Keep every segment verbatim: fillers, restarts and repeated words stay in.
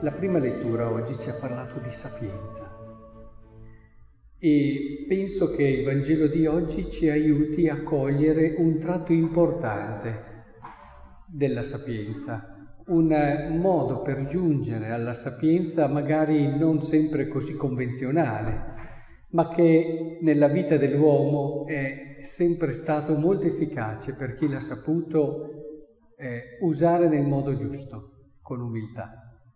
la prima lettura oggi ci ha parlato di sapienza e penso che il Vangelo di oggi ci aiuti a cogliere un tratto importante della sapienza, un modo per giungere alla sapienza magari non sempre così convenzionale, ma che nella vita dell'uomo è sempre stato molto efficace per chi l'ha saputo eh, usare nel modo giusto, con umiltà.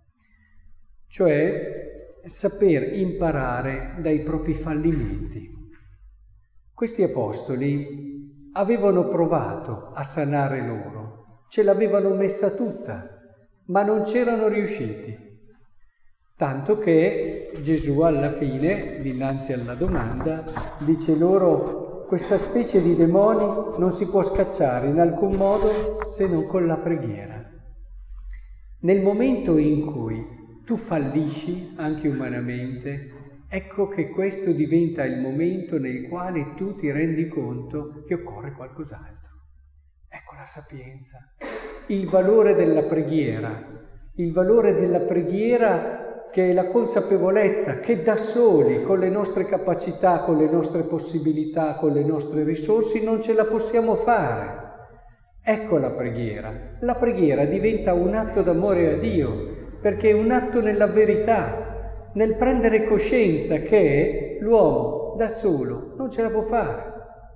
Cioè saper imparare dai propri fallimenti. Questi apostoli avevano provato a sanare loro, ce l'avevano messa tutta, ma non c'erano riusciti. Tanto che Gesù alla fine, dinanzi alla domanda, dice loro: questa specie di demoni non si può scacciare in alcun modo se non con la preghiera. Nel momento in cui tu fallisci, anche umanamente, ecco che questo diventa il momento nel quale tu ti rendi conto che occorre qualcos'altro. Ecco la sapienza, il valore della preghiera, il valore della preghiera che è la consapevolezza che da soli, con le nostre capacità, con le nostre possibilità, con le nostre risorse, non ce la possiamo fare. Ecco la preghiera. La preghiera diventa un atto d'amore a Dio, perché è un atto nella verità, nel prendere coscienza che l'uomo da solo non ce la può fare.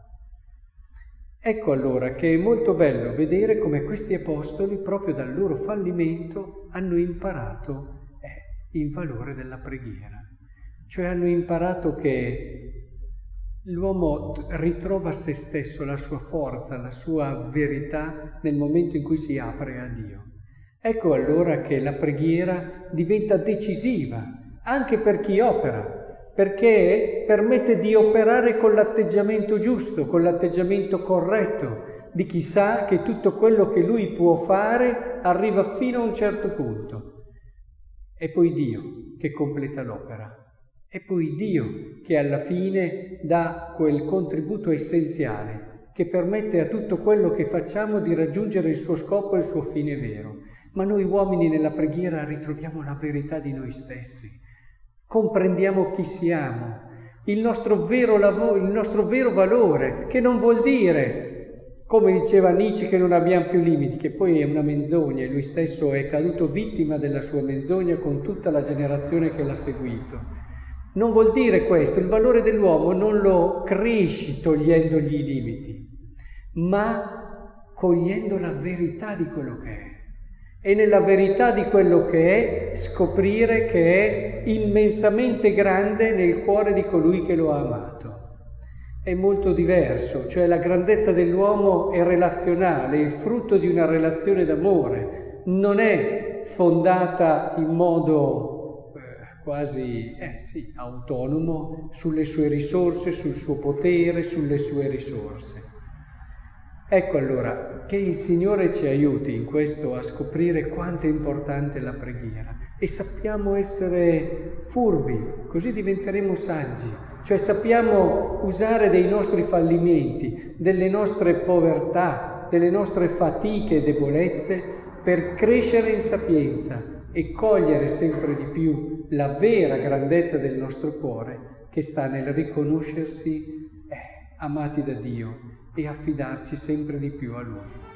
Ecco allora che è molto bello vedere come questi apostoli, proprio dal loro fallimento, hanno imparato il valore della preghiera, cioè hanno imparato che l'uomo ritrova se stesso, la sua forza, la sua verità nel momento in cui si apre a Dio. Ecco allora che la preghiera diventa decisiva anche per chi opera, perché permette di operare con l'atteggiamento giusto, con l'atteggiamento corretto di chi sa che tutto quello che lui può fare arriva fino a un certo punto. È poi Dio che completa l'opera, è poi Dio che alla fine dà quel contributo essenziale che permette a tutto quello che facciamo di raggiungere il suo scopo e il suo fine vero. Ma noi uomini nella preghiera ritroviamo la verità di noi stessi, comprendiamo chi siamo, il nostro vero lavoro, il nostro vero valore, che non vuol dire, come diceva Nietzsche, che non abbiamo più limiti, che poi è una menzogna, e lui stesso è caduto vittima della sua menzogna con tutta la generazione che l'ha seguito. Non vuol dire questo, il valore dell'uomo non lo cresci togliendogli i limiti, ma cogliendo la verità di quello che è. E nella verità di quello che è, scoprire che è immensamente grande nel cuore di colui che lo ha amato. È molto diverso, cioè la grandezza dell'uomo è relazionale, il frutto di una relazione d'amore, non è fondata in modo eh, quasi eh, sì, autonomo sulle sue risorse, sul suo potere, sulle sue risorse. Ecco allora che il Signore ci aiuti in questo a scoprire quanto è importante la preghiera e sappiamo essere furbi, così diventeremo saggi. Cioè sappiamo usare dei nostri fallimenti, delle nostre povertà, delle nostre fatiche e debolezze per crescere in sapienza e cogliere sempre di più la vera grandezza del nostro cuore che sta nel riconoscersi eh, amati da Dio e affidarci sempre di più a Lui.